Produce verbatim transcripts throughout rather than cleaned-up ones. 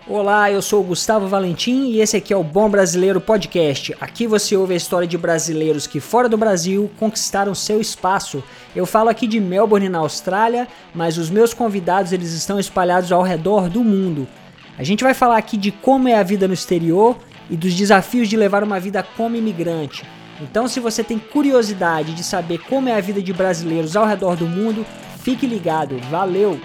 Olá, eu sou o Gustavo Valentim e esse aqui é o Bom Brasileiro Podcast. Aqui você ouve a história de brasileiros que fora do Brasil conquistaram seu espaço. Eu falo aqui de Melbourne, na Austrália, mas os meus convidados eles estão espalhados ao redor do mundo. A gente vai falar aqui de como é a vida no exterior e dos desafios de levar uma vida como imigrante. Então, se você tem curiosidade de saber como é a vida de brasileiros ao redor do mundo, fique ligado. Valeu!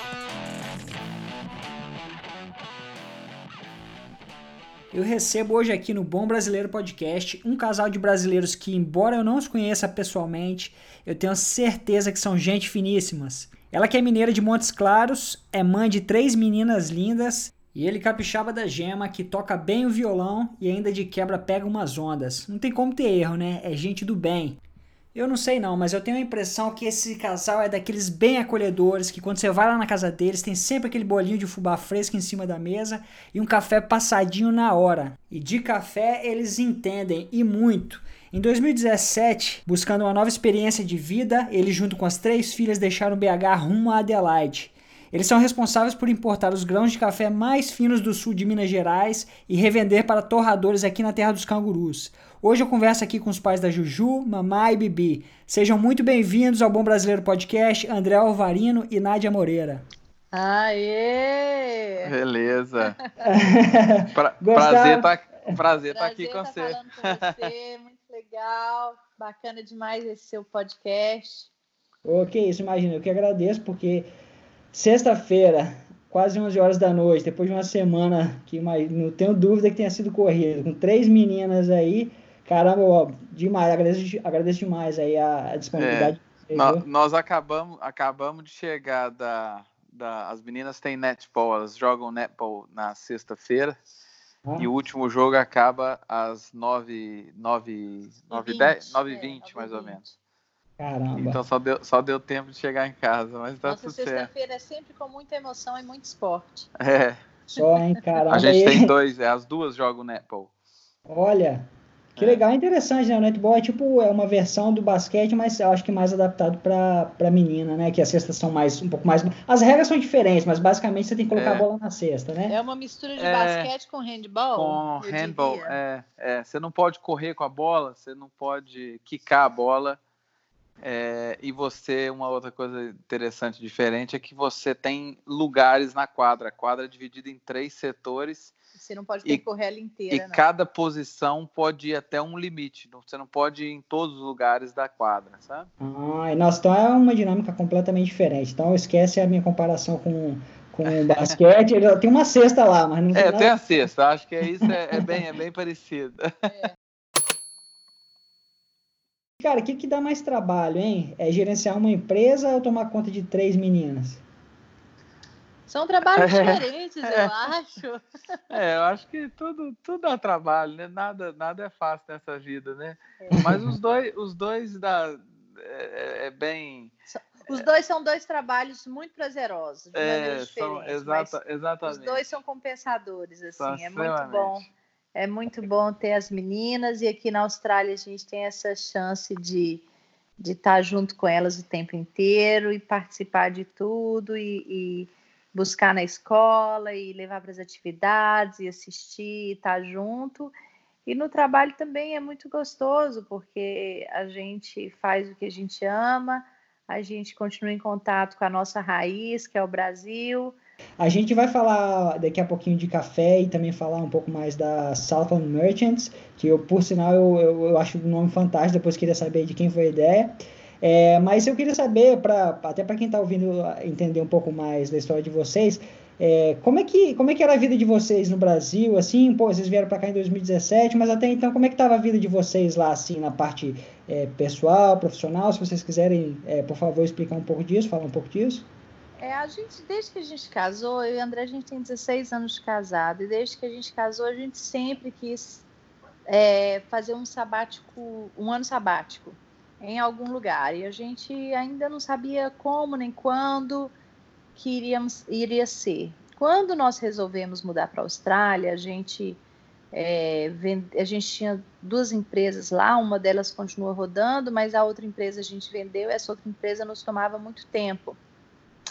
Eu recebo hoje aqui no Bom Brasileiro Podcast um casal de brasileiros que, embora eu não os conheça pessoalmente, eu tenho certeza que são gente finíssimas. Ela que é mineira de Montes Claros, é mãe de três meninas lindas, e ele capixaba da gema que toca bem o violão e ainda de quebra pega umas ondas. Não tem como ter erro, né? É gente do bem. Eu não sei não, mas eu tenho a impressão que esse casal é daqueles bem acolhedores, que quando você vai lá na casa deles tem sempre aquele bolinho de fubá fresco em cima da mesa e um café passadinho na hora. E de café eles entendem, e muito. Em dois mil e dezessete, buscando uma nova experiência de vida, eles junto com as três filhas deixaram B H rumo a Adelaide. Eles são responsáveis por importar os grãos de café mais finos do sul de Minas Gerais e revender para torradores aqui na terra dos cangurus. Hoje eu converso aqui com os pais da Juju, Mamá e Bibi. Sejam muito bem-vindos ao Bom Brasileiro Podcast, André Alvarino e Nádia Moreira. Aê! Beleza. pra, prazer estar tá, prazer tá aqui com tá você. Falando com você. Muito legal, bacana demais esse seu podcast. Ok, isso, imagina, eu que agradeço, porque sexta-feira, quase onze horas da noite, depois de uma semana que não tenho dúvida que tenha sido corrida, com três meninas aí, caramba, ó, demais, agradeço, agradeço demais aí a, a disponibilidade. É, nós, nós acabamos, acabamos de chegar da, da... As meninas têm netball, elas jogam netball na sexta-feira, ah. E o último jogo acaba às nove e vinte, mais ou menos. Caramba. Então só deu, só deu tempo de chegar em casa, mas tá Nossa, tudo certo. Sexta-feira é sempre com muita emoção e muito esporte. É. Só, hein, caramba. A gente tem dois, é, as duas jogam netball. Olha, que é. Legal, é interessante, né? O netball é tipo é uma versão do basquete, mas eu acho que mais adaptado para para menina, né? Que as cestas são mais um pouco mais. As regras são diferentes, mas basicamente você tem que colocar é. a bola na cesta, né? É uma mistura de é. basquete com handball. Com handball, é, é. Você não pode correr com a bola, você não pode quicar a bola. É, e você, uma outra coisa interessante, diferente, é que você tem lugares na quadra. A quadra é dividida em três setores. Você não pode ter e, que correr ela inteira, E não. cada posição pode ir até um limite. Você não pode ir em todos os lugares da quadra, sabe? Ah, nossa, então é uma dinâmica completamente diferente. Então esquece a minha comparação com, com o basquete. Tem uma cesta lá, mas não tem É, nada... tem a cesta. Acho que é isso, é, é, bem, é bem parecido. É. Cara, o que, que dá mais trabalho, hein? É gerenciar uma empresa ou tomar conta de três meninas? São trabalhos diferentes, eu acho. É, eu acho que tudo, tudo dá trabalho, né? Nada, nada é fácil nessa vida, né? É. Mas os dois, os dois dá, é, é bem... Os dois são dois trabalhos muito prazerosos, de é, maneira diferente. São, exata, exatamente. Os dois são compensadores, assim, são é muito bom. É muito bom ter as meninas, e aqui na Austrália a gente tem essa chance de de estar junto com elas o tempo inteiro e participar de tudo e, e buscar na escola e levar para as atividades e assistir e estar junto. E no trabalho também é muito gostoso, porque a gente faz o que a gente ama, a gente continua em contato com a nossa raiz, que é o Brasil. A gente vai falar daqui a pouquinho de café e também falar um pouco mais da Southland Merchants, que eu, por sinal, eu, eu, eu acho o nome fantástico, depois queria saber de quem foi a ideia. É, mas eu queria saber, pra, até para quem está ouvindo entender um pouco mais da história de vocês, é, como, é que, como é que era a vida de vocês no Brasil, assim, pô, vocês vieram para cá em dois mil e dezessete, mas até então, como é que estava a vida de vocês lá, assim, na parte é, pessoal, profissional? Se vocês quiserem, é, por favor, explicar um pouco disso, falar um pouco disso. É, a gente, desde que a gente casou, eu e o André, a gente tem dezesseis anos de casado, e desde que a gente casou, a gente sempre quis é, fazer um sabático, um ano sabático em algum lugar, e a gente ainda não sabia como nem quando que iríamos, iria ser. Quando nós resolvemos mudar para a Austrália, a gente, é, vend... a gente tinha duas empresas lá, uma delas continua rodando, mas a outra empresa a gente vendeu, e essa outra empresa nos tomava muito tempo.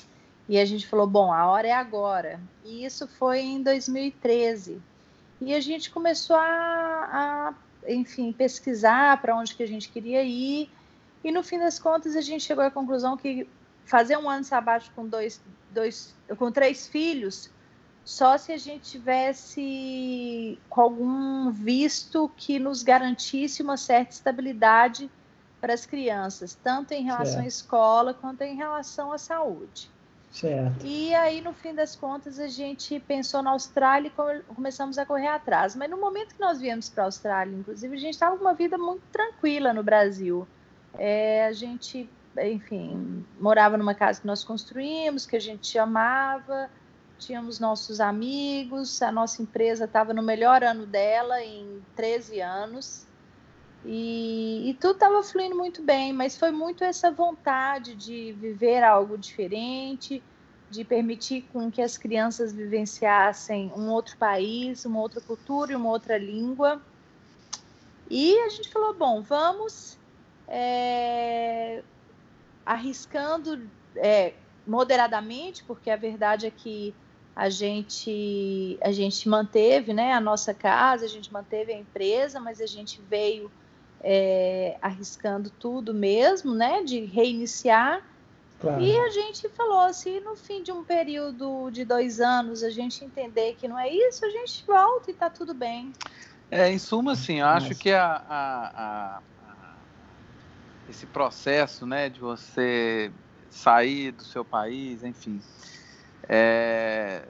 E a gente falou, bom, a hora é agora. E isso foi em dois mil e treze. E a gente começou a, a enfim, pesquisar para onde que a gente queria ir. E no fim das contas a gente chegou à conclusão que fazer um ano sabático com dois, dois, com três filhos, só se a gente tivesse com algum visto que nos garantisse uma certa estabilidade para as crianças, tanto em relação certo. à escola quanto em relação à saúde. Certo. E aí, no fim das contas, a gente pensou na Austrália e começamos a correr atrás. Mas no momento que nós viemos para a Austrália, inclusive, a gente estava com uma vida muito tranquila no Brasil. É, a gente, enfim, morava numa casa que nós construímos, que a gente amava, tínhamos nossos amigos, a nossa empresa estava no melhor ano dela, em treze anos. E, e tudo estava fluindo muito bem, mas foi muito essa vontade de viver algo diferente, de permitir com que as crianças vivenciassem um outro país, uma outra cultura e uma outra língua. E a gente falou, bom, vamos é, arriscando é, moderadamente, porque a verdade é que a gente, a gente manteve, né, a nossa casa, a gente manteve a empresa, mas a gente veio É, arriscando tudo mesmo, né, de reiniciar. Claro. E a gente falou assim, no fim de um período de dois anos, a gente entender que não é isso, a gente volta e tá tudo bem. É, em suma, assim, eu acho Mas... que a, a, a, a, esse processo, né, de você sair do seu país, enfim, é...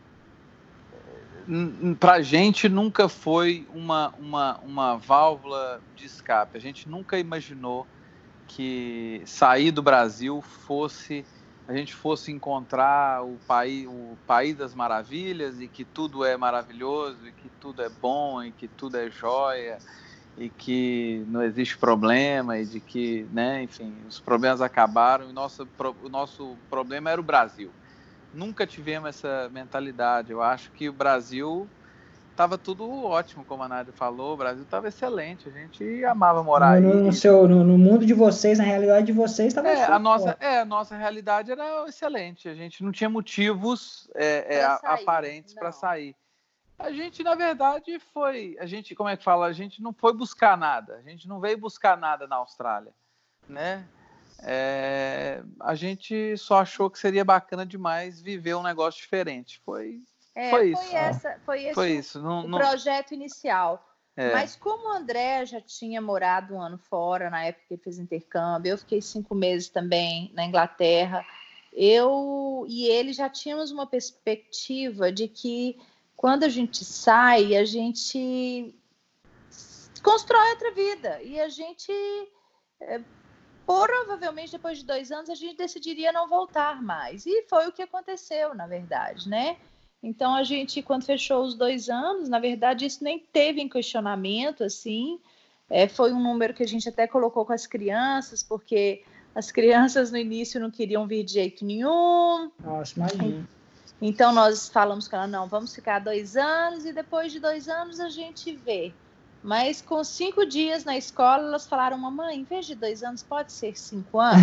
para a gente nunca foi uma, uma, uma válvula de escape. A gente nunca imaginou que sair do Brasil fosse, a gente fosse encontrar o país, o país das maravilhas e que tudo é maravilhoso e que tudo é bom e que tudo é joia e que não existe problema e de que, né, enfim, os problemas acabaram e nosso, o nosso problema era o Brasil. Nunca tivemos essa mentalidade. Eu acho que o Brasil estava tudo ótimo, como a Nádia falou. O Brasil estava excelente. A gente amava morar no, aí. No, seu, no, no mundo de vocês, na realidade de vocês, estava é, a nossa é, a nossa realidade era excelente. A gente não tinha motivos é, é, aparentes para sair. A gente, na verdade, foi... A gente, como é que fala? A gente não foi buscar nada. A gente não veio buscar nada na Austrália, né? É, a gente só achou que seria bacana demais viver um negócio diferente. Foi, é, foi, foi isso. Essa, foi esse foi o, isso. Não, o não... projeto inicial. É. Mas como o André já tinha morado um ano fora, na época que ele fez intercâmbio, eu fiquei cinco meses também na Inglaterra, eu e ele já tínhamos uma perspectiva de que quando a gente sai, a gente constrói outra vida. E a gente... É, provavelmente depois de dois anos a gente decidiria não voltar mais. E foi o que aconteceu, na verdade, né? Então a gente, quando fechou os dois anos, na verdade isso nem teve em questionamento, assim. É, foi um número que a gente até colocou com as crianças, porque as crianças no início não queriam vir de jeito nenhum. Nossa, imagina. Então nós falamos com ela, não, vamos ficar dois anos e depois de dois anos a gente vê. Mas com cinco dias na escola, elas falaram, mamãe, em vez de dois anos, pode ser cinco anos?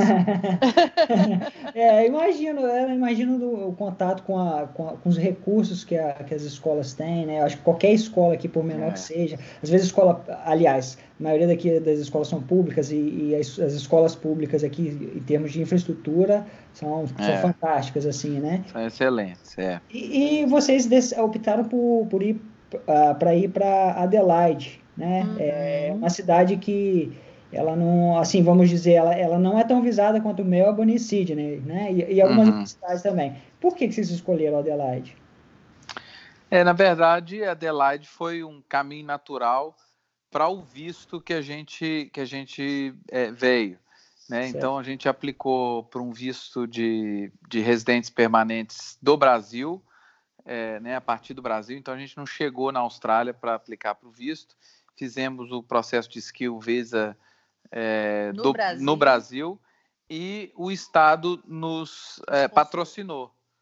é, imagino, eu imagino do, o contato com, a, com, a, com os recursos que, a, que as escolas têm, né? Eu acho que qualquer escola aqui, por menor é. que seja, às vezes escola, aliás, a maioria daqui das escolas são públicas e, e as, as escolas públicas aqui, em termos de infraestrutura, são, é. são fantásticas, assim, né? São excelentes, é. E, e vocês optaram por, por ir Uh, para ir para Adelaide, né? Uhum. É uma cidade que ela não, assim, vamos dizer, ela, ela não é tão visada quanto Melbourne e Sydney, né? E, e algumas uhum. cidades também. Por que, que vocês escolheram Adelaide? É, na verdade, Adelaide foi um caminho natural para o visto que a gente que a gente é, veio, né? Então a gente aplicou para um visto de, de residentes permanentes do Brasil. É, né, a partir do Brasil, então a gente não chegou na Austrália para aplicar para o visto, fizemos o processo de Skill Visa é, no, do, Brasil. no Brasil e o Estado nos é, patrocinou.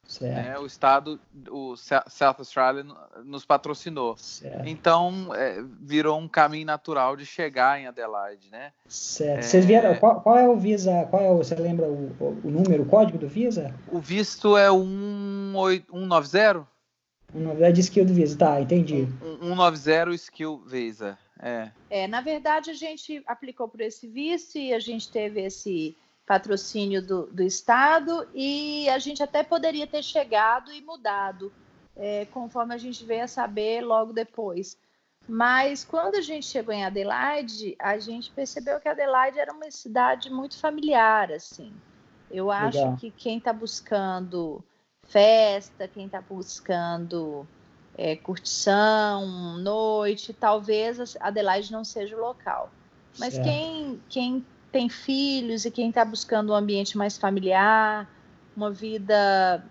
Né? O estado, o South Australia nos patrocinou. Certo. Então, é, virou um caminho natural de chegar em Adelaide, né? Certo. É... Vocês vieram, qual, qual é o Visa, qual é o, você lembra o, o número, o código do Visa? O visto é um nove zero? um nove zero de Skilled Visa, tá, entendi. um nove zero Skill Visa, é. É, na verdade, a gente aplicou por esse visto e a gente teve esse patrocínio do, do Estado e a gente até poderia ter chegado e mudado, é, conforme a gente veio a saber logo depois. Mas quando a gente chegou em Adelaide, a gente percebeu que Adelaide era uma cidade muito familiar, assim. Eu acho Legal. que quem está buscando festa, quem está buscando é, curtição, noite, talvez Adelaide não seja o local. Mas certo. quem, quem tem filhos e quem está buscando um ambiente mais familiar, uma vida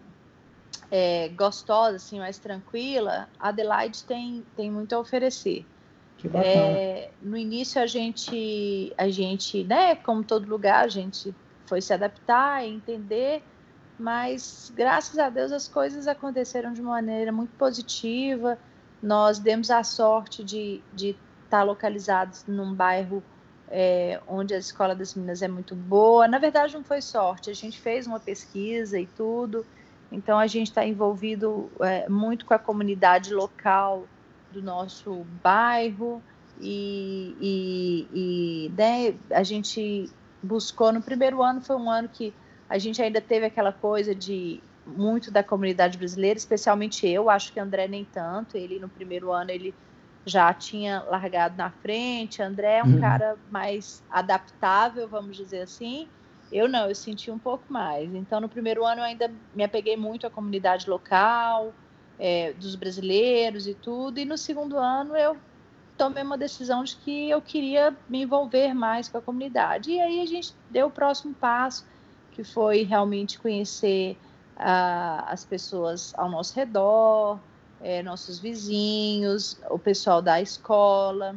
é, gostosa, assim, mais tranquila, Adelaide tem, tem muito a oferecer. Que bacana. É, no início a gente, a gente, né, como todo lugar, a gente foi se adaptar e entender, mas graças a Deus as coisas aconteceram de uma maneira muito positiva. Nós demos a sorte de, de estar localizados num bairro É, onde a Escola das Meninas é muito boa. Na verdade, não foi sorte, a gente fez uma pesquisa e tudo, então a gente está envolvido é, muito com a comunidade local do nosso bairro e, e, e né, a gente buscou, no primeiro ano foi um ano que a gente ainda teve aquela coisa de muito da comunidade brasileira, especialmente eu, acho que André nem tanto, ele no primeiro ano ele já tinha largado na frente. André é um uhum. cara mais adaptável, vamos dizer assim. Eu não, eu senti um pouco mais. Então, no primeiro ano, eu ainda me apeguei muito à comunidade local, é, dos brasileiros e tudo. E no segundo ano, eu tomei uma decisão de que eu queria me envolver mais com a comunidade. E aí a gente deu o próximo passo, que foi realmente conhecer uh, as pessoas ao nosso redor, É, nossos vizinhos, o pessoal da escola,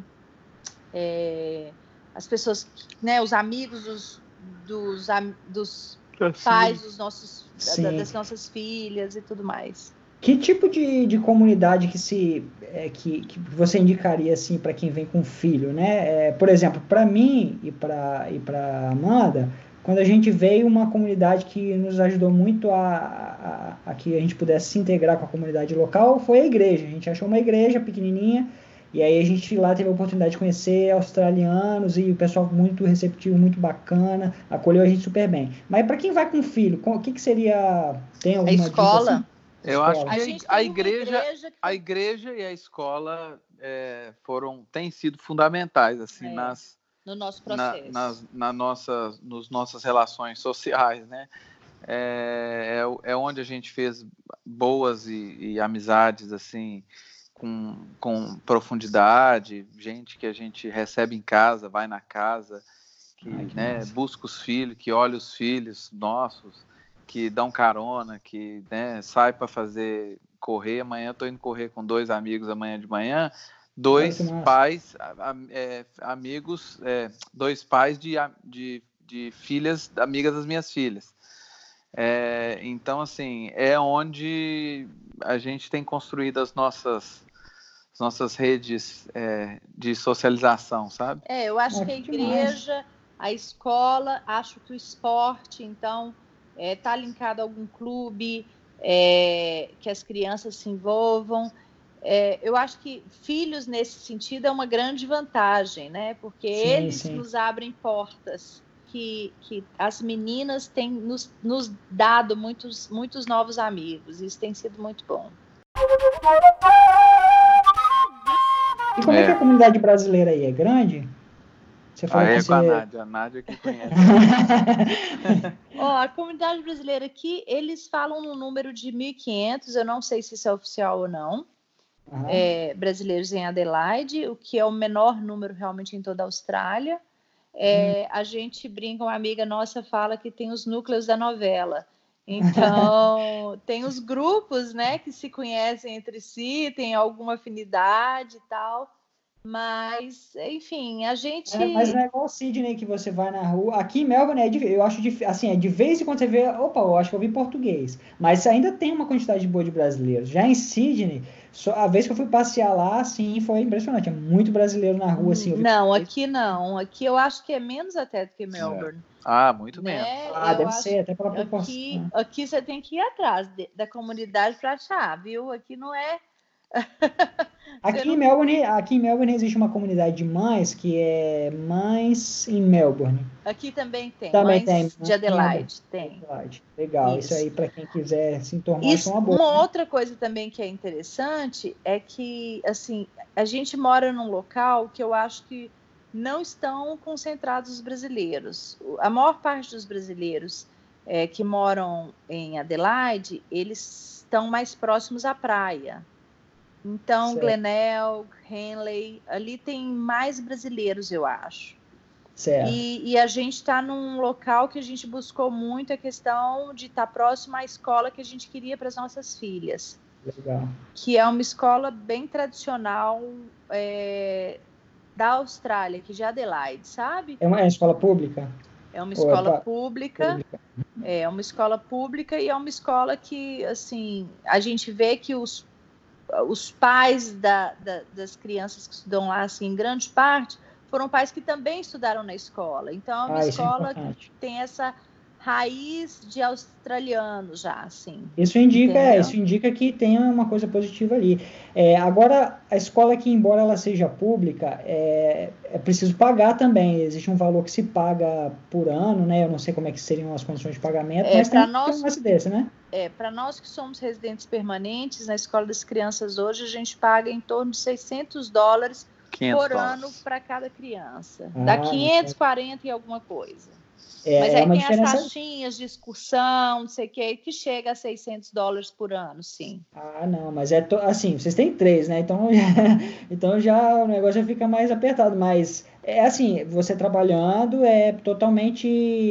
é, as pessoas, né, os amigos dos, dos, dos pais dos nossos, da, das nossas filhas e tudo mais. Que tipo de, de comunidade que, se, é, que, que você indicaria assim, para quem vem com filho? Né? É, por exemplo, para mim e para e para Amanda, quando a gente veio, uma comunidade que nos ajudou muito a, a, a que a gente pudesse se integrar com a comunidade local foi a igreja. A gente achou uma igreja pequenininha e aí a gente lá teve a oportunidade de conhecer australianos e o pessoal muito receptivo, muito bacana, acolheu a gente super bem. Mas para quem vai com filho, o que, que seria... Tem alguma a escola? Dica, assim? Eu escola. acho que a, a igreja, igreja que... a igreja e a escola é, foram, têm sido fundamentais assim, é. nas... no nosso processo, na, nas, na nossa, nos nossas relações sociais, né? É, é, é onde a gente fez boas e, e amizades assim com, com profundidade, gente que a gente recebe em casa, vai na casa, que, Ai, que né, busca os filhos, que olha os filhos nossos, que dão carona, que né, sai para fazer correr. Amanhã eu estou indo correr com dois amigos amanhã de manhã. Dois pais, é, amigos, é, dois pais de, de, de filhas, amigas das minhas filhas. É, então, assim, é onde a gente tem construído as nossas, as nossas redes é, de socialização, sabe? É, eu acho é, que a igreja, demais. A escola, acho que o esporte, então, está é, linkado a algum clube, é, que as crianças se envolvam. É, eu acho que filhos, nesse sentido, é uma grande vantagem, né? Porque sim, eles sim. nos abrem portas, que, que as meninas têm nos, nos dado muitos, muitos novos amigos. Isso tem sido muito bom. E como é, é que a comunidade brasileira aí é grande? Você falou ah, é que com você... a Nádia, a Nádia que conhece. Ó, a comunidade brasileira aqui, eles falam no número de mil e quinhentos, eu não sei se isso é oficial ou não. Uhum. É, brasileiros em Adelaide, o que é o menor número realmente em toda a Austrália. É, uhum. A gente brinca, uma amiga nossa fala que tem os núcleos da novela. Então, tem os grupos, né, que se conhecem entre si, tem alguma afinidade e tal. Mas, enfim, a gente... É, mas não é igual o Sydney que você vai na rua. Aqui em Melbourne, é de, eu acho de, assim, é de vez em quando você vê, opa, eu acho que eu vi português. Mas ainda tem uma quantidade boa de brasileiros. Já em Sydney, só, a vez que eu fui passear lá, assim, foi impressionante. É muito brasileiro na rua, assim. Eu vi Não, aqui não. Aqui eu acho que é menos até do que Melbourne. É. Ah, muito né? menos. Ah, eu deve acho ser, até pela aqui, proporção. aqui você tem que ir atrás de, da comunidade para achar, viu? Aqui não é... Aqui, não... em Melbourne, aqui em Melbourne existe uma comunidade de mães que é Mães em Melbourne. Aqui também tem, Também Mães tem. de Adelaide, tem. Adelaide. Legal, isso, Isso. aí para quem quiser se informar, Isso, acho uma boa. uma Né? outra coisa também que é interessante é que, assim, a gente mora num local que eu acho que não estão concentrados os brasileiros. A maior parte dos brasileiros é, que moram em Adelaide, eles estão mais próximos à praia. Então, certo. Glenelg, Henley, ali tem mais brasileiros, eu acho. Certo. E, e a gente está num local que a gente buscou muito a questão de estar tá próximo à escola que a gente queria para as nossas filhas. Legal. Que é uma escola bem tradicional é, da Austrália, que de Adelaide, sabe? É uma, é uma escola pública? É uma escola Opa. pública. pública. É uma escola pública e é uma escola que, assim, a gente vê que os, os pais da, da, das crianças que estudam lá, assim, em grande parte, foram pais que também estudaram na escola. Então, é uma ah, escola é que tem essa raiz de australiano já, assim. Isso indica, é, isso indica que tem uma coisa positiva ali. É, agora, a escola aqui, embora ela seja pública, é, é preciso pagar também. Existe um valor que se paga por ano, né? Eu não sei como é que seriam as condições de pagamento, é, mas tem nós, um lance desse, né? É, para nós que somos residentes permanentes, na Escola das Crianças hoje, a gente paga em torno de seiscentos dólares por ano para cada criança. Ah, Dá quinhentos e quarenta e alguma coisa. É, Mas é aí uma tem diferença... as taxinhas de excursão, não sei o que, que chega a seiscentos dólares por ano, sim. Ah, não, mas é to... assim, vocês têm três, né? Então, então já o negócio já fica mais apertado. Mas é assim, você trabalhando é totalmente.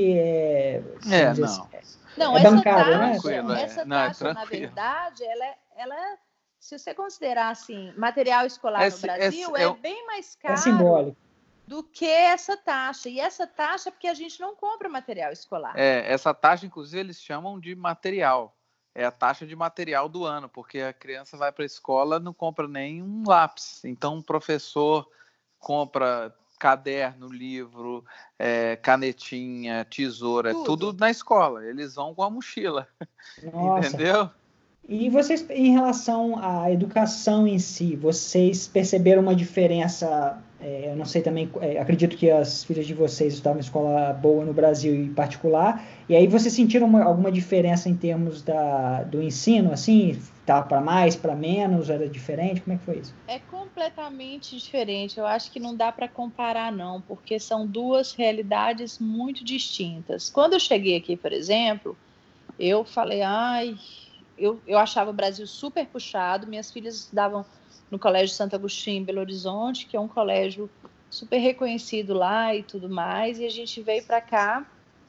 É, é não. Assim, não, é essa bancário, taxa, né? essa não, taxa, é na verdade, ela é, ela é, se você considerar assim, material escolar esse, no Brasil, esse, é eu... bem mais caro. É simbólico. Do que essa taxa. E essa taxa é porque a gente não compra material escolar. É, essa taxa, inclusive, eles chamam de material. É a taxa de material do ano, porque a criança vai para a escola e não compra nem um lápis. Então, o professor compra caderno, livro, é, canetinha, tesoura, tudo. tudo na escola. Eles vão com a mochila. Nossa. Entendeu? E vocês, em relação à educação em si, vocês perceberam uma diferença? É, eu não sei também, é, acredito que as filhas de vocês estavam em escola boa no Brasil em particular, e aí vocês sentiram uma, alguma diferença em termos da, do ensino, assim? Tá para mais, para menos, era diferente? Como é que foi isso? É completamente diferente, eu acho que não dá para comparar não, porque são duas realidades muito distintas. Quando eu cheguei aqui, por exemplo, eu falei, ai... Eu, eu achava o Brasil super puxado, minhas filhas estudavam no Colégio Santo Agostinho, em Belo Horizonte, que é um colégio super reconhecido lá e tudo mais, e a gente veio para cá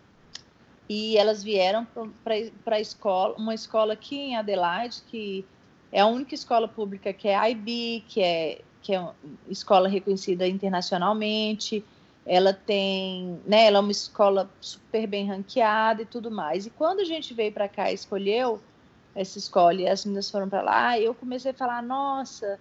e elas vieram para a escola, uma escola aqui em Adelaide, que é a única escola pública que é I B, que é, que é uma escola reconhecida internacionalmente, ela tem, né, ela é uma escola super bem ranqueada e tudo mais, e quando a gente veio para cá e escolheu essa escola e as meninas foram para lá, eu comecei a falar, nossa,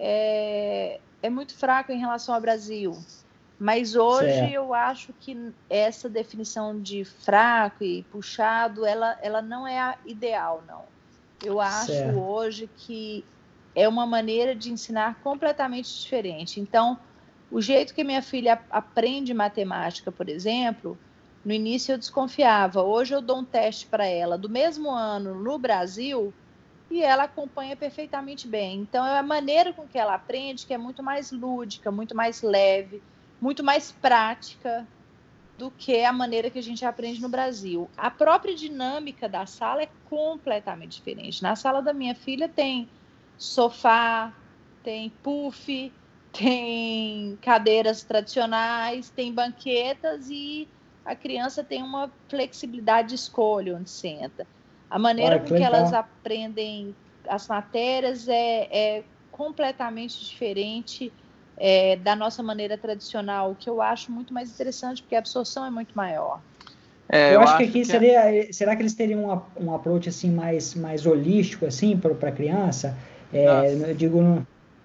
é, é muito fraco em relação ao Brasil. Mas hoje certo. Eu acho que essa definição de fraco e puxado, ela, ela não é a ideal, não. Eu acho certo. Hoje que é uma maneira de ensinar completamente diferente. Então, o jeito que minha filha aprende matemática, por exemplo... No início eu desconfiava, hoje eu dou um teste para ela do mesmo ano no Brasil e ela acompanha perfeitamente bem. Então é a maneira com que ela aprende que é muito mais lúdica, muito mais leve, muito mais prática do que a maneira que a gente aprende no Brasil. A própria dinâmica da sala é completamente diferente. Na sala da minha filha tem sofá, tem puff, tem cadeiras tradicionais, tem banquetas e a criança tem uma flexibilidade de escolha onde senta. A maneira Ai, com que, que elas aprendem as matérias é, é completamente diferente é, da nossa maneira tradicional, que eu acho muito mais interessante, porque a absorção é muito maior. É, eu, eu acho que aqui que seria, é... será que eles teriam um, um approach assim mais, mais holístico assim para a criança? É, eu digo no...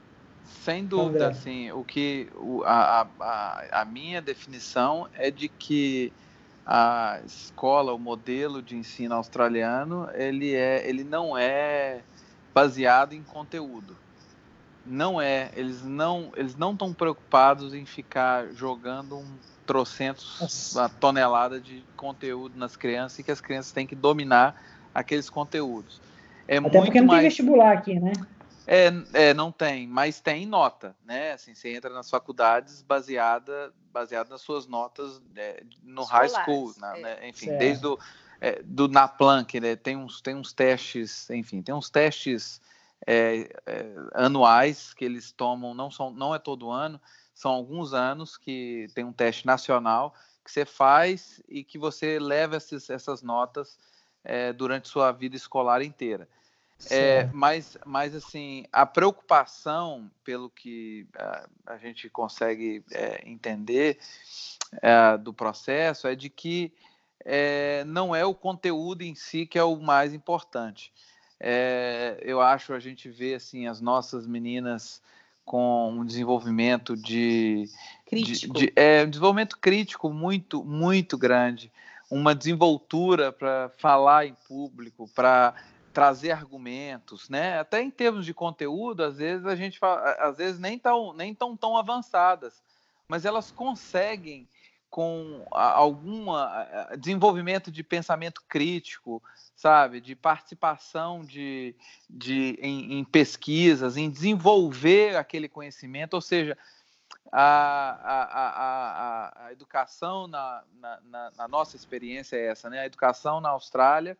Sem dúvida, assim, o que o, a, a, a minha definição é de que a escola, o modelo de ensino australiano, ele é, ele não é baseado em conteúdo. Não é, eles não, eles não estão preocupados em ficar jogando um trocentos, Nossa. uma tonelada de conteúdo nas crianças e que as crianças têm que dominar aqueles conteúdos. É Até muito porque não mais... tem vestibular aqui, né? É, é, não tem, mas tem nota, né? Assim, você entra nas faculdades baseada, baseada nas suas notas é, no Escolares, high school, na, é. né? Enfim, certo. desde o é, do NAPLAN, né? Tem uns, tem uns testes, enfim, tem uns testes é, é, anuais que eles tomam, não são, não é todo ano, são alguns anos que tem um teste nacional que você faz e que você leva esses, essas notas é, durante sua vida escolar inteira. É, mas, mas, assim, a preocupação, pelo que a, a gente consegue é, entender é, do processo, é de que é, não é o conteúdo em si que é o mais importante. É, eu acho, a gente vê, assim, as nossas meninas com um desenvolvimento de... Crítico. De, de, é, um desenvolvimento crítico muito, muito grande. Uma desenvoltura para falar em público, para... trazer argumentos, né? Até em termos de conteúdo, às vezes a gente fala, às vezes nem tão, nem tão, tão avançadas, mas elas conseguem com algum desenvolvimento de pensamento crítico, sabe? De participação de, de, em, em pesquisas, em desenvolver aquele conhecimento, ou seja, a, a, a, a, a educação, na, na, na nossa experiência é essa, né? A educação na Austrália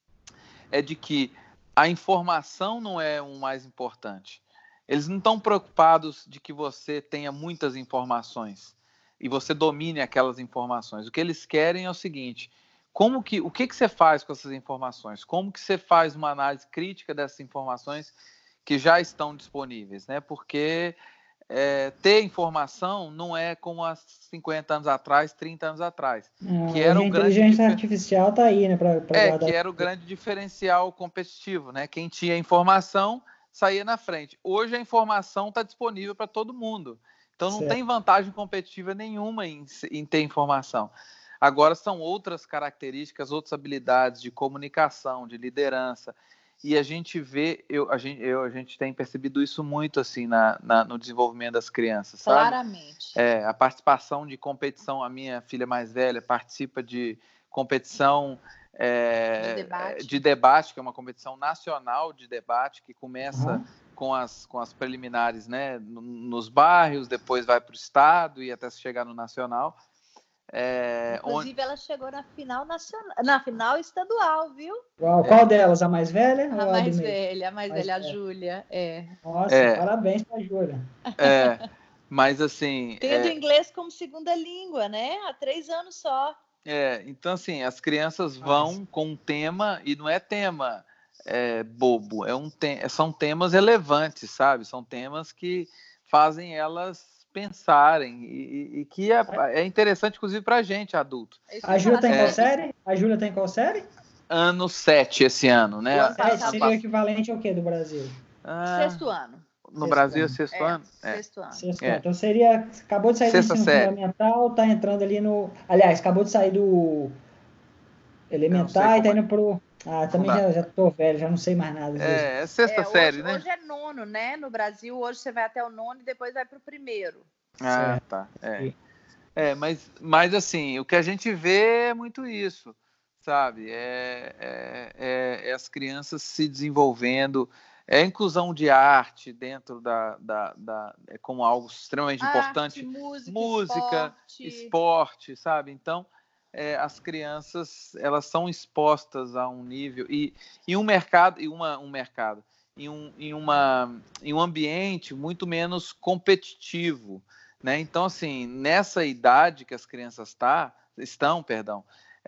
é de que a informação não é o mais importante. Eles não estão preocupados de que você tenha muitas informações e você domine aquelas informações. O que eles querem é o seguinte: como que, o que, que você faz com essas informações? Como que você faz uma análise crítica dessas informações que já estão disponíveis, né? Porque É, ter informação não é como há cinquenta anos atrás, trinta anos atrás. Não, que era hoje o a grande inteligência difer... artificial está aí, né? Pra, pra é, guardar... que era o grande diferencial competitivo, né? Quem tinha informação saía na frente. Hoje a informação está disponível para todo mundo. Então não certo. Tem vantagem competitiva nenhuma em, em ter informação. Agora são outras características, outras habilidades de comunicação, de liderança. E a gente vê, eu, a, gente, eu, a gente tem percebido isso muito assim na, na, no desenvolvimento das crianças, sabe? Claramente. É, a participação de competição, a minha filha mais velha participa de competição é, de, debate. de debate, que é uma competição nacional de debate, que começa Uhum. com, as, com as preliminares, né, nos bairros, depois vai para o estado e até chegar no nacional. É, Inclusive, onde... ela chegou na final nacional, na final estadual, viu? Qual, qual é. delas? A mais velha? A ou mais a velha, a mais, mais velha, velha, a Júlia. É. Nossa, é. parabéns para a Júlia. É, mas assim... Tendo é... inglês como segunda língua, né? Há três anos só. É, então assim, as crianças vão Nossa. com um tema, e não é tema é, bobo, é um te... são temas relevantes, sabe? São temas que fazem elas pensarem e, e que é, é interessante, inclusive, para a gente, adulto. A Júlia está em qual série? A Júlia está em qual série? Ano sete esse ano, né? O ano passado seria o equivalente ao quê do Brasil? Ah, sexto ano. No sexto Brasil, ano. sexto é, ano? É. Sexto ano. Sexto é. ano. Então seria... Acabou de sair Sexta do ensino série. fundamental, está entrando ali no... Aliás, acabou de sair do elementar e está indo pro... Ah, também já, já tô velho, já não sei mais nada disso. É, é sexta é, série, hoje, né? Hoje é nono, né? No Brasil, hoje você vai até o nono e depois vai pro primeiro. Ah, certo. Tá. É. É, mas, mas assim, o que a gente vê é muito isso, sabe? É, é, é, é as crianças se desenvolvendo, é a inclusão de arte dentro da... da, da é como algo extremamente arte, importante. Música, música esporte. esporte, sabe? Então, é, as crianças, elas são expostas a um nível... E, e um mercado, e uma, um mercado, em um, em, uma, em um ambiente muito menos competitivo, né? Então, assim, nessa idade que as crianças tá, estão, perdão,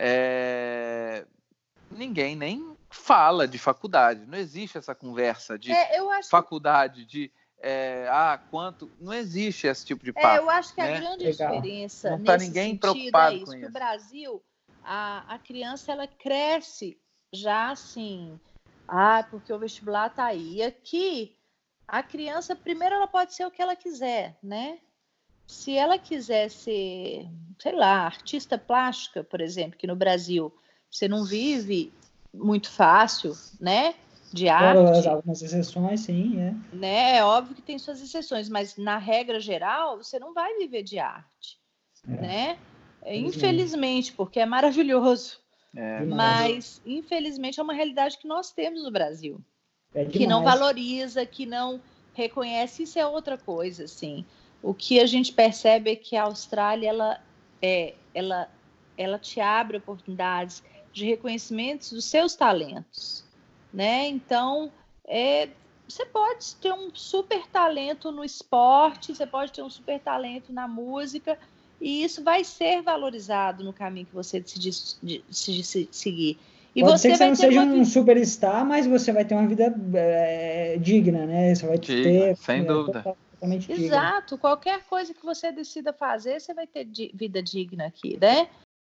é... ninguém nem fala de faculdade. Não existe essa conversa de é, eu acho faculdade, de, é, ah, quanto... Não existe esse tipo de papo. É, eu acho que né? a grande Legal. diferença Não tá nesse ninguém sentido preocupado é isso, com que isso. o Brasil, a, a criança, ela cresce já assim, ah, porque o vestibular tá aí. E aqui, a criança, primeiro, ela pode ser o que ela quiser, né? Se ela quiser ser, sei lá, artista plástica, por exemplo, que no Brasil você não vive muito fácil, né? De Fora as- arte, algumas exceções, sim, é. né? É óbvio que tem suas exceções, mas na regra geral, você não vai viver de arte, É, né? infelizmente. Infelizmente, porque é maravilhoso. É, Demais. Mas, infelizmente, é uma realidade que nós temos no Brasil. É Que não demais. valoriza, que não reconhece. Isso é outra coisa, assim. O que a gente percebe é que a Austrália, ela, é, ela, ela te abre oportunidades de reconhecimentos dos seus talentos, né? Então, é, você pode ter um super talento no esporte, você pode ter um super talento na música, e isso vai ser valorizado no caminho que você decidir, decidir seguir. E Pode você ser que você vai não ter seja uma um superstar, mas você vai ter uma vida é, digna, né? Você vai digna, ter sem é, dúvida. totalmente digna. Exato, qualquer coisa que você decida fazer, você vai ter di- vida digna aqui, né?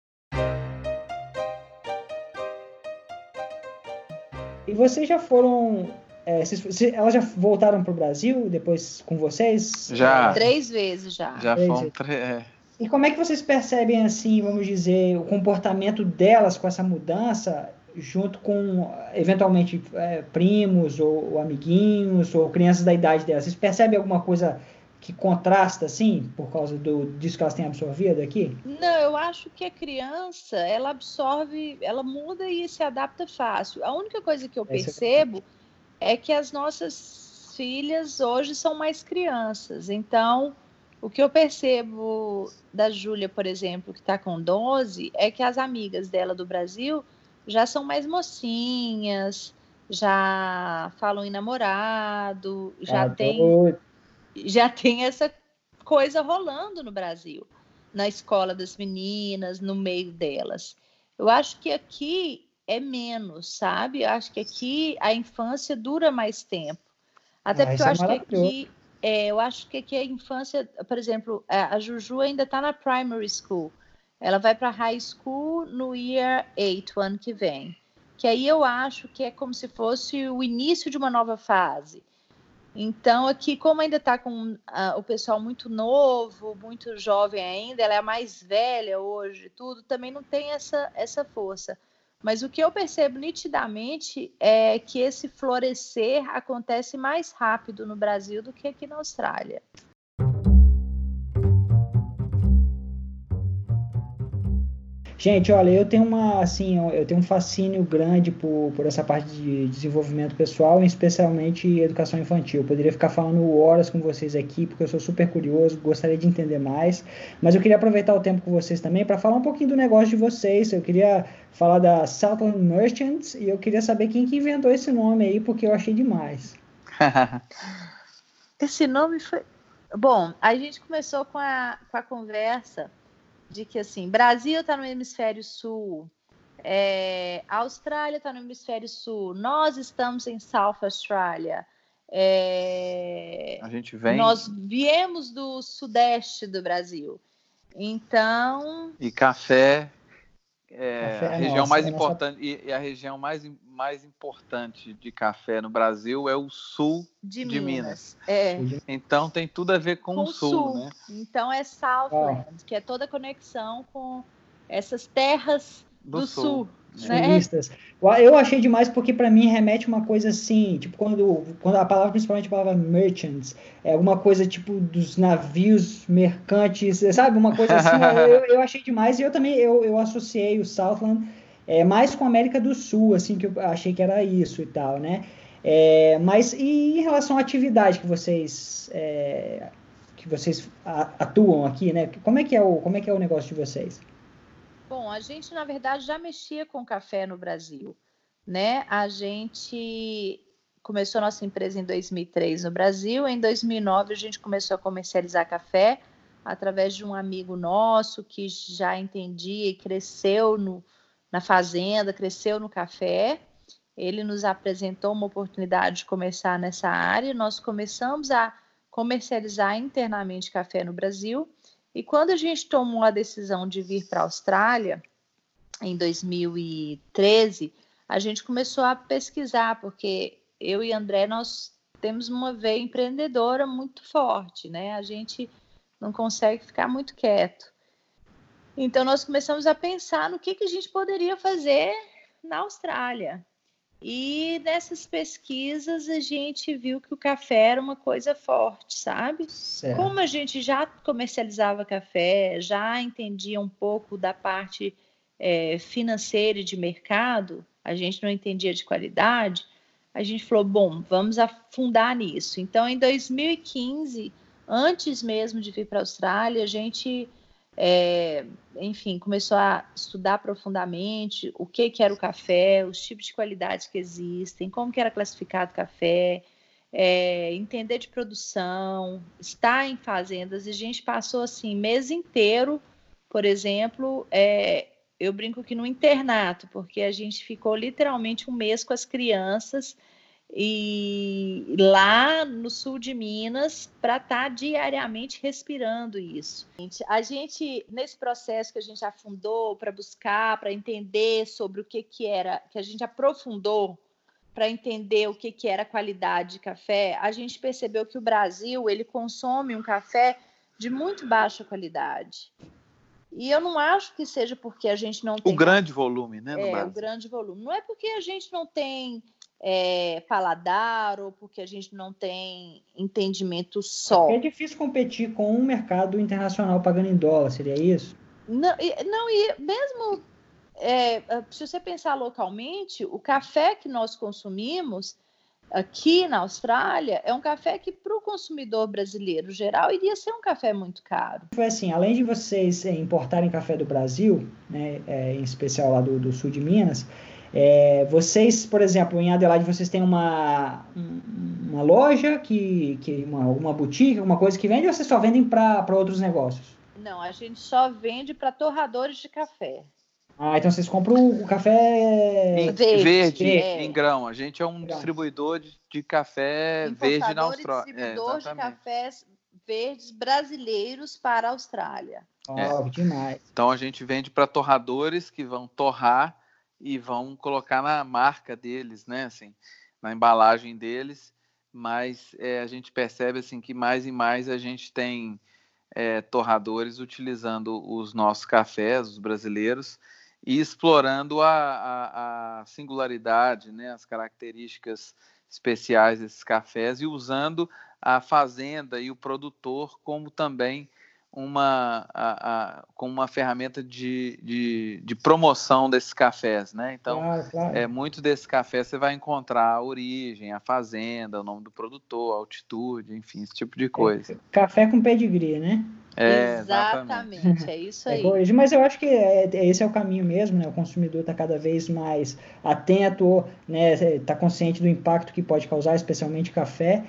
E vocês já foram. É, vocês, vocês- elas já voltaram para o Brasil depois com vocês? Já. É, Três vezes já. Já Três foram vezes. tre- é. E como é que vocês percebem, assim, vamos dizer, o comportamento delas com essa mudança, junto com, eventualmente, é, primos ou, ou amiguinhos ou crianças da idade delas? Vocês percebem alguma coisa que contrasta, assim, por causa do, disso que elas têm absorvido aqui? Não, eu acho que a criança, ela absorve, ela muda e se adapta fácil. A única coisa que eu Essa é percebo é que as nossas filhas hoje são mais crianças. Então, o que eu percebo da Júlia, por exemplo, que está com doze, é que as amigas dela do Brasil já são mais mocinhas, já falam em namorado, já Tá tem, doido. já tem essa coisa rolando no Brasil, na escola das meninas, no meio delas. Eu acho que aqui é menos, sabe? Eu acho que aqui a infância dura mais tempo. Até Ah, porque eu isso é acho que maravilhoso. aqui, é, eu acho que aqui a infância, por exemplo, a a Juju ainda está na primary school. Ela vai para high school no year eight, o ano que vem. Que aí eu acho que é como se fosse o início de uma nova fase. Então, aqui, como ainda está com ah, o pessoal muito novo, muito jovem ainda, ela é a mais velha hoje, tudo, também não tem essa, essa força. Mas o que eu percebo nitidamente é que esse florescer acontece mais rápido no Brasil do que aqui na Austrália. Gente, olha, eu tenho uma, assim, eu tenho um fascínio grande por, por essa parte de desenvolvimento pessoal, especialmente educação infantil. Eu poderia ficar falando horas com vocês aqui, porque eu sou super curioso, gostaria de entender mais, mas eu queria aproveitar o tempo com vocês também para falar um pouquinho do negócio de vocês. Eu queria falar da Southland Merchants e eu queria saber quem que inventou esse nome aí, porque eu achei demais. Esse nome foi... Bom, a gente começou com a, com a conversa de que, assim, Brasil está no hemisfério sul, é, a Austrália está no hemisfério sul, nós estamos em South Australia, é, A gente vem... nós viemos do sudeste do Brasil, então... E café é Café a é região nossa, mais é nossa- importante, e, e a região mais, mais importante de café no Brasil é o sul de, de Minas. Minas. É, Então tem tudo a ver com, com o sul, né? Então é Southland, que é toda a conexão com essas terras Do do, sul, sul, né? Sulistas. Eu achei demais porque para mim remete uma coisa assim, tipo quando, quando a palavra, principalmente a palavra merchants, é alguma coisa tipo dos navios mercantes, sabe? Uma coisa assim, eu, eu achei demais e eu também eu, eu associei o Southland é, mais com a América do Sul, assim, que eu achei que era isso e tal, né? É, mas e em relação à atividade que vocês é, que vocês atuam aqui, né? Como é que é o, como é que é o negócio de vocês? Bom, a gente, na verdade, já mexia com café no Brasil, né? A gente começou a nossa empresa em dois mil e três no Brasil, em dois mil e nove a gente começou a comercializar café através de um amigo nosso que já entendia e cresceu no, na fazenda, cresceu no café. ele nos apresentou uma oportunidade de começar nessa área, nós começamos a comercializar internamente café no Brasil, e quando a gente tomou a decisão de vir para a Austrália, em dois mil e treze, a gente começou a pesquisar, porque eu e André, nós temos uma veia empreendedora muito forte, né? A gente não consegue ficar muito quieto. Então, nós começamos a pensar no que, que a gente poderia fazer na Austrália. E nessas pesquisas a gente viu que o café era uma coisa forte, sabe? Certo. Como a gente já comercializava café, já entendia um pouco da parte é, financeira e de mercado, a gente não entendia de qualidade, a gente falou, bom, vamos afundar nisso. Então, em dois mil e quinze, antes mesmo de vir para a Austrália, a gente... É, enfim, começou a estudar profundamente o que, que era o café, os tipos de qualidades que existem, como que era classificado o café, é, entender de produção, estar em fazendas, e a gente passou assim, mês inteiro, por exemplo, é, eu brinco que no internato, porque a gente ficou literalmente um mês com as crianças e lá no sul de Minas para estar diariamente respirando isso. A gente, nesse processo que a gente afundou para buscar, para entender sobre o que, que era, que a gente aprofundou para entender o que, que era qualidade de café, a gente percebeu que o Brasil ele consome um café de muito baixa qualidade. E eu não acho que seja porque a gente não tem... O grande volume, né? No é, Brasil. o grande volume. Não é porque a gente não tem... É, paladar ou porque a gente não tem entendimento só. Porque é difícil competir com um mercado internacional pagando em dólar, seria isso? Não, e, não, e mesmo é, se você pensar localmente, o café que nós consumimos aqui na Austrália é um café que para o consumidor brasileiro geral iria ser um café muito caro. Foi assim, além de vocês é, importarem café do Brasil, né, é, em especial lá do, do sul de Minas, É, vocês, por exemplo, em Adelaide, vocês têm uma, uma loja, que, que uma, uma boutique, alguma coisa que vende, ou vocês só vendem para outros negócios? Não, a gente só vende para torradores de café. Ah, então vocês compram o café em, verde, verde é. em grão. A gente é um grão. distribuidor de, de café verde na Austrália. Distribuidor é, de cafés verdes brasileiros para a Austrália. Oh, é. demais. Então a gente vende para torradores que vão torrar e vão colocar na marca deles, né, assim, na embalagem deles, mas é, a gente percebe assim que mais e mais a gente tem é, torradores utilizando os nossos cafés, os brasileiros, e explorando a, a, a singularidade, né, as características especiais desses cafés e usando a fazenda e o produtor como também uma, a, a, como uma ferramenta de, de, de promoção desses cafés, né? Então, claro, claro. É, muito desses cafés você vai encontrar a origem, a fazenda, o nome do produtor, a altitude, enfim, esse tipo de coisa. É, café com pedigree, né? É, exatamente, exatamente. É isso aí. É, mas eu acho que é, esse é o caminho mesmo, né? O consumidor está cada vez mais atento, né? Está consciente do impacto que pode causar, especialmente café.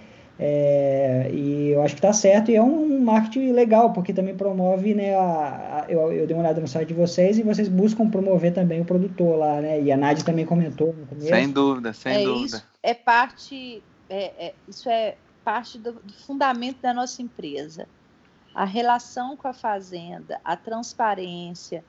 É, e eu acho que está certo, e é um marketing legal, porque também promove, né, a, a, eu, eu dei uma olhada no site de vocês e vocês buscam promover também o produtor lá, né, e a Nádia também comentou no começo. Sem dúvida, sem é, dúvida. Isso é parte, é, é, isso é parte do, do fundamento da nossa empresa. A relação com a fazenda, a transparência,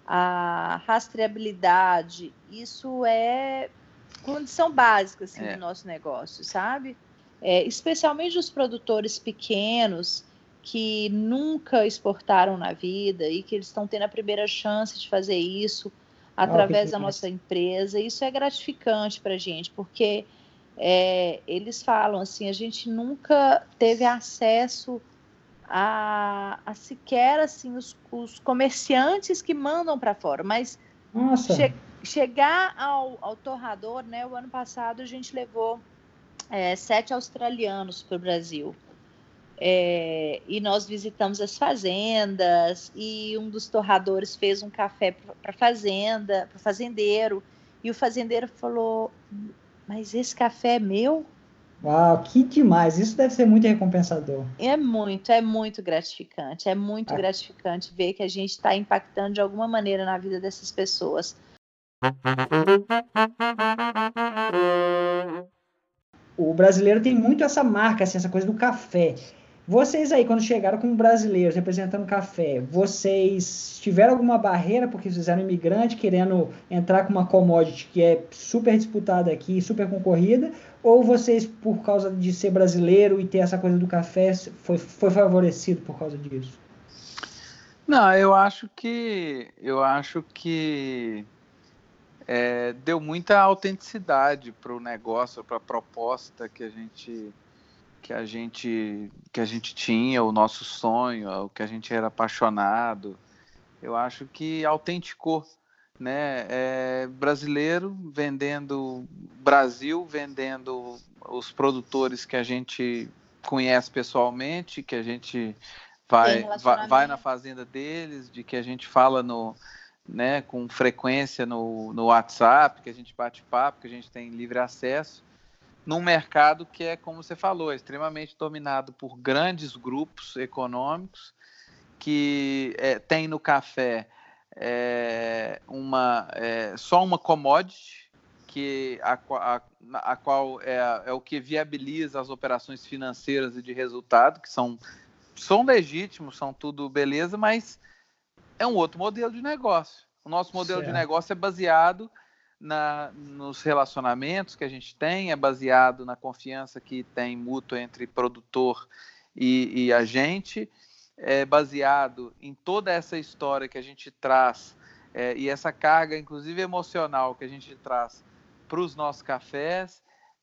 a rastreabilidade, isso é condição básica assim, é. do nosso negócio, sabe? É, especialmente os produtores pequenos que nunca exportaram na vida e que eles estão tendo a primeira chance de fazer isso através oh, da nossa empresa. Isso é gratificante para a gente, porque é, eles falam assim, a gente nunca teve acesso a, a sequer assim, os, os comerciantes que mandam para fora, mas che, chegar ao, ao torrador, né, o ano passado a gente levou É, sete australianos para o Brasil. É, e nós visitamos as fazendas e um dos torradores fez um café para a fazenda, para o fazendeiro, e o fazendeiro falou, mas esse café é meu? Uau, que demais! Isso deve ser muito recompensador. É muito, é muito gratificante, é muito ah. gratificante ver que a gente está impactando de alguma maneira na vida dessas pessoas. O brasileiro tem muito essa marca, assim, essa coisa do café. Vocês aí, quando chegaram como brasileiros representando café, vocês tiveram alguma barreira porque vocês eram imigrante querendo entrar com uma commodity que é super disputada aqui, super concorrida, ou vocês, por causa de ser brasileiro e ter essa coisa do café, foi, foi favorecido por causa disso? Não, eu acho que eu acho que é, deu muita autenticidade para o negócio, para a proposta que a gente que a gente que a gente tinha, o nosso sonho, o que a gente era apaixonado. Eu acho que autenticou, né? É, brasileiro vendendo Brasil, vendendo os produtores que a gente conhece pessoalmente, que a gente vai vai, vai na fazenda deles, de que a gente fala no né, com frequência no, no WhatsApp, que a gente bate papo, que a gente tem livre acesso, num mercado que é, como você falou, é extremamente dominado por grandes grupos econômicos, que é, tem no café é, uma, é, só uma commodity, que a, a, a qual é, é o que viabiliza as operações financeiras e de resultado, que são, são legítimos, são tudo beleza, mas é um outro modelo de negócio. O nosso modelo certo. de negócio é baseado na, nos relacionamentos que a gente tem, é baseado na confiança que tem mútua entre produtor e, e a gente, é baseado em toda essa história que a gente traz é, e essa carga, inclusive emocional, que a gente traz para os nossos cafés,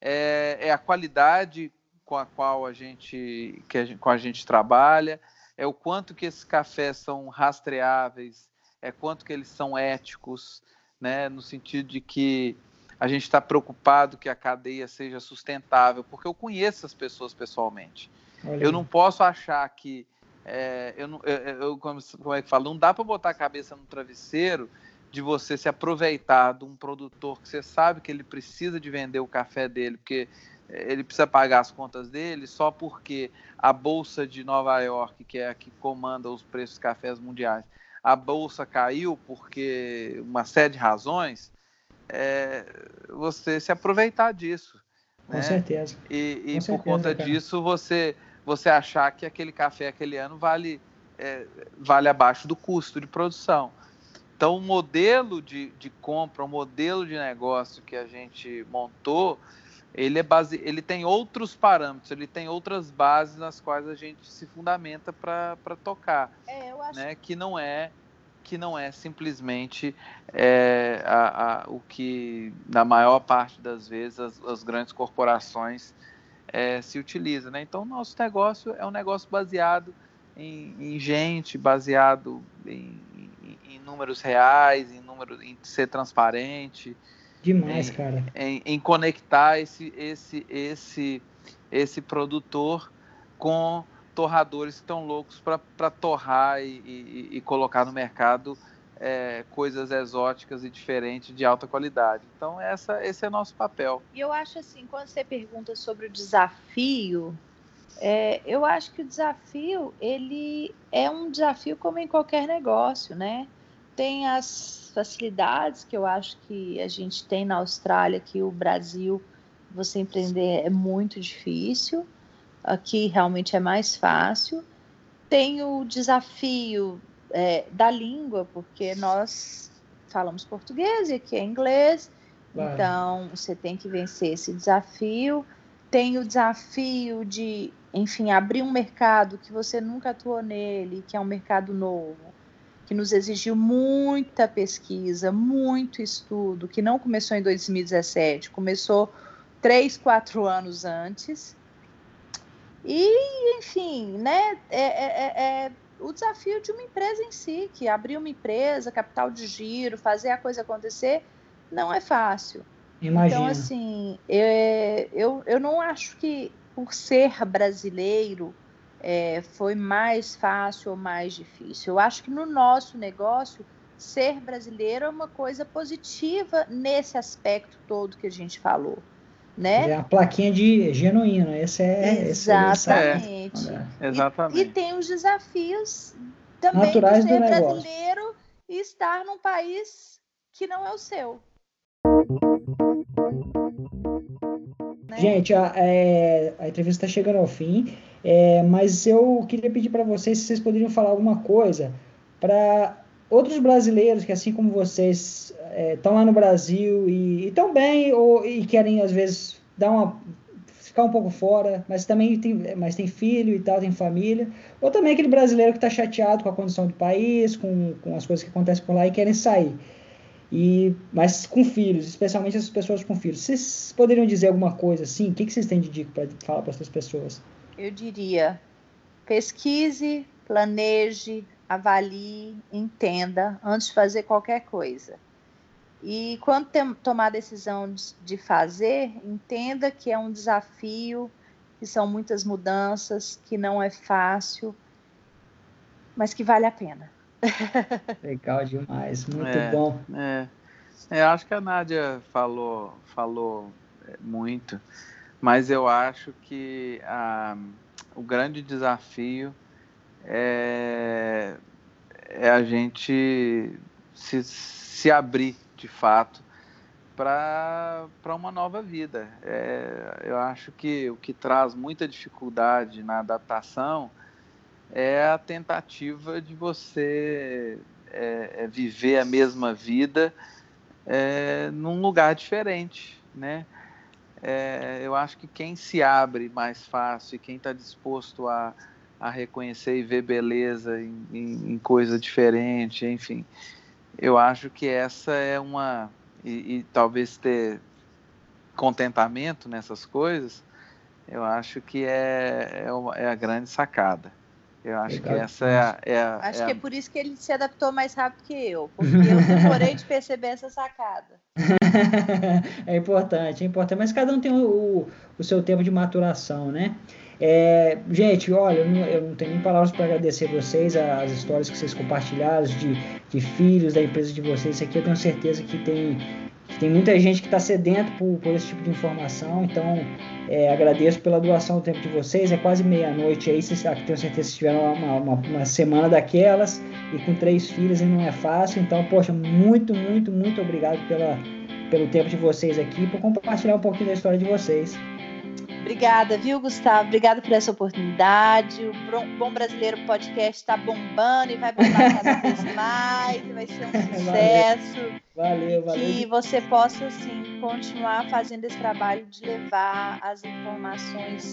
é, é a qualidade com a qual a gente, que a gente, com a gente trabalha, é o quanto que esses cafés são rastreáveis, é quanto que eles são éticos, né, no sentido de que a gente está preocupado que a cadeia seja sustentável, porque eu conheço as pessoas pessoalmente. Olha. Eu não posso achar que, é, eu, eu, eu, como, como é que falo, não dá para botar a cabeça no travesseiro de você se aproveitar de um produtor que você sabe que ele precisa de vender o café dele, porque ele precisa pagar as contas dele só porque a Bolsa de Nova York, que é a que comanda os preços de cafés mundiais, a Bolsa caiu porque uma série de razões, é, você se aproveitar disso. Com né? certeza. E, e Com por certeza, conta cara. disso, você, você achar que aquele café aquele ano vale, é, vale abaixo do custo de produção. Então, o modelo de, de compra, o modelo de negócio que a gente montou, ele, é base... ele tem outros parâmetros, ele tem outras bases nas quais a gente se fundamenta para tocar, é, eu acho... né? que, não é, que não é simplesmente é, a, a, o que, na maior parte das vezes, as, as grandes corporações é, se utilizam. Né? Então, o nosso negócio é um negócio baseado em, em gente, baseado em, em, em números reais, em, número, em ser transparente, Demais, em, cara. Em, em conectar esse, esse, esse, esse produtor com torradores que estão loucos para torrar e, e, e colocar no mercado é, coisas exóticas e diferentes de alta qualidade. Então, essa, esse é o nosso papel. E eu acho assim, quando você pergunta sobre o desafio, é, eu acho que o desafio, ele é um desafio como em qualquer negócio, né? Tem as facilidades que eu acho que a gente tem na Austrália, que o Brasil, você empreender é muito difícil. Aqui realmente é mais fácil. Tem o desafio é, da língua, porque nós falamos português e aqui é inglês. Claro. Então, você tem que vencer esse desafio. Tem o desafio de, enfim, abrir um mercado que você nunca atuou nele, que é um mercado novo, que nos exigiu muita pesquisa, muito estudo, que não começou em dois mil e dezessete, começou três, quatro anos antes. E, enfim, né, é, é, é o desafio de uma empresa em si, que abrir uma empresa, capital de giro, fazer a coisa acontecer, não é fácil. Imagina. Então, assim, é, eu, eu não acho que por ser brasileiro é, foi mais fácil ou mais difícil. Eu acho que no nosso negócio, ser brasileiro é uma coisa positiva nesse aspecto todo que a gente falou. Né? É a plaquinha de genuíno, esse é exatamente. Esse é, é. exatamente. E, e tem os desafios também naturais de ser do brasileiro e estar num país que não é o seu. Gente, a, é, a entrevista está chegando ao fim, é, mas eu queria pedir para vocês se vocês poderiam falar alguma coisa para outros brasileiros que, assim como vocês, estão é, lá no Brasil e estão bem ou, e querem, às vezes, dar uma, ficar um pouco fora, mas também tem, mas tem filho e tal, tem família. Ou também aquele brasileiro que está chateado com a condição do país, com, com as coisas que acontecem por lá e querem sair. E, mas com filhos, especialmente essas pessoas com filhos. Vocês poderiam dizer alguma coisa assim? O que, que vocês têm de dica para falar para essas pessoas? Eu diria, pesquise, planeje, avalie, entenda antes de fazer qualquer coisa. E quando tem, tomar a decisão de, de fazer, entenda que é um desafio, que são muitas mudanças, que não é fácil, mas que vale a pena. Legal demais, muito é, bom. É, é, acho que a Nádia falou, falou muito, mas eu acho que a, o grande desafio é, é a gente se, se abrir de fato para uma nova vida. É, eu acho que o que traz muita dificuldade na adaptação é a tentativa de você é, é viver a mesma vida é, num lugar diferente, né? É, eu acho que quem se abre mais fácil e quem está disposto a, a reconhecer e ver beleza em, em, em coisa diferente, enfim, eu acho que essa é uma... E, e talvez ter contentamento nessas coisas, eu acho que é, é, uma, é a grande sacada. Eu acho Legal. que essa é a... É a acho é que a... é por isso que ele se adaptou mais rápido que eu, porque eu demorei de perceber essa sacada. É importante, é importante, mas cada um tem o, o, o seu tempo de maturação, né? É, gente, olha, eu não, eu não tenho nem palavras para agradecer vocês, as histórias que vocês compartilharam, de, de filhos, da empresa de vocês. Isso aqui eu tenho certeza que tem, que tem muita gente que está sedento por, por esse tipo de informação, então é, agradeço pela doação do tempo de vocês. É quase meia-noite aí, vocês, tenho certeza que vocês tiveram uma, uma, uma semana daquelas e com três filhos não é fácil, então, poxa, muito, muito, muito obrigado pela, pelo tempo de vocês aqui, por compartilhar um pouquinho da história de vocês. Obrigada, viu, Gustavo? Obrigada por essa oportunidade. O Bom Brasileiro Podcast está bombando e vai bombar cada vez mais, e vai ser um sucesso. Valeu, valeu. valeu. Que você possa, assim, continuar fazendo esse trabalho de levar as informações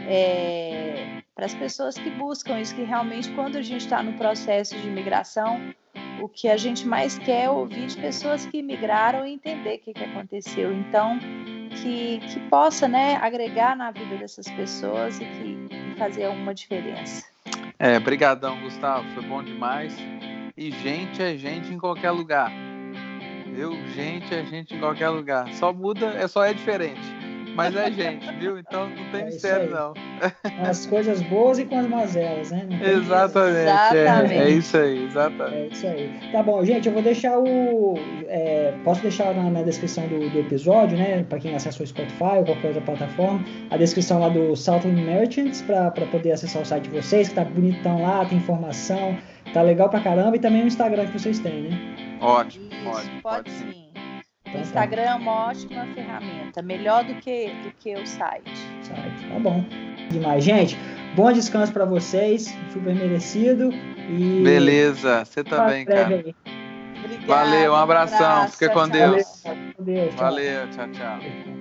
é, para as pessoas que buscam isso, que realmente, quando a gente está no processo de imigração, o que a gente mais quer é ouvir de pessoas que migraram e entender o que, que aconteceu. Então, que, que possa, né, agregar na vida dessas pessoas e que e fazer uma diferença. É, brigadão, Gustavo, foi bom demais. E gente é gente em qualquer lugar. Viu? Gente é gente em qualquer lugar. Só muda, é só é diferente. Mas é gente, viu? Então não tem é mistério, não. As coisas boas e com as mazelas, né? Não tem exatamente, exatamente. É, é isso aí, exatamente. É isso aí. Tá bom, gente, eu vou deixar o... É, posso deixar na, na descrição do, do episódio, né? Para quem acessa o Spotify ou qualquer outra plataforma, a descrição lá do Southland Merchants, para poder acessar o site de vocês, que tá bonitão lá, tem informação, tá legal pra caramba, e também o Instagram que vocês têm, né? Ótimo, isso, pode, pode, pode sim. sim. O Instagram é uma ótima ferramenta, melhor do que, do que o site. Site, tá bom. Demais, gente. Bom descanso para vocês, super merecido. E... Beleza, você também, cara. Obrigada, valeu, um abração, um abraço, fica com tchau, Deus. Valeu, com Deus, tchau. Valeu, tchau, tchau.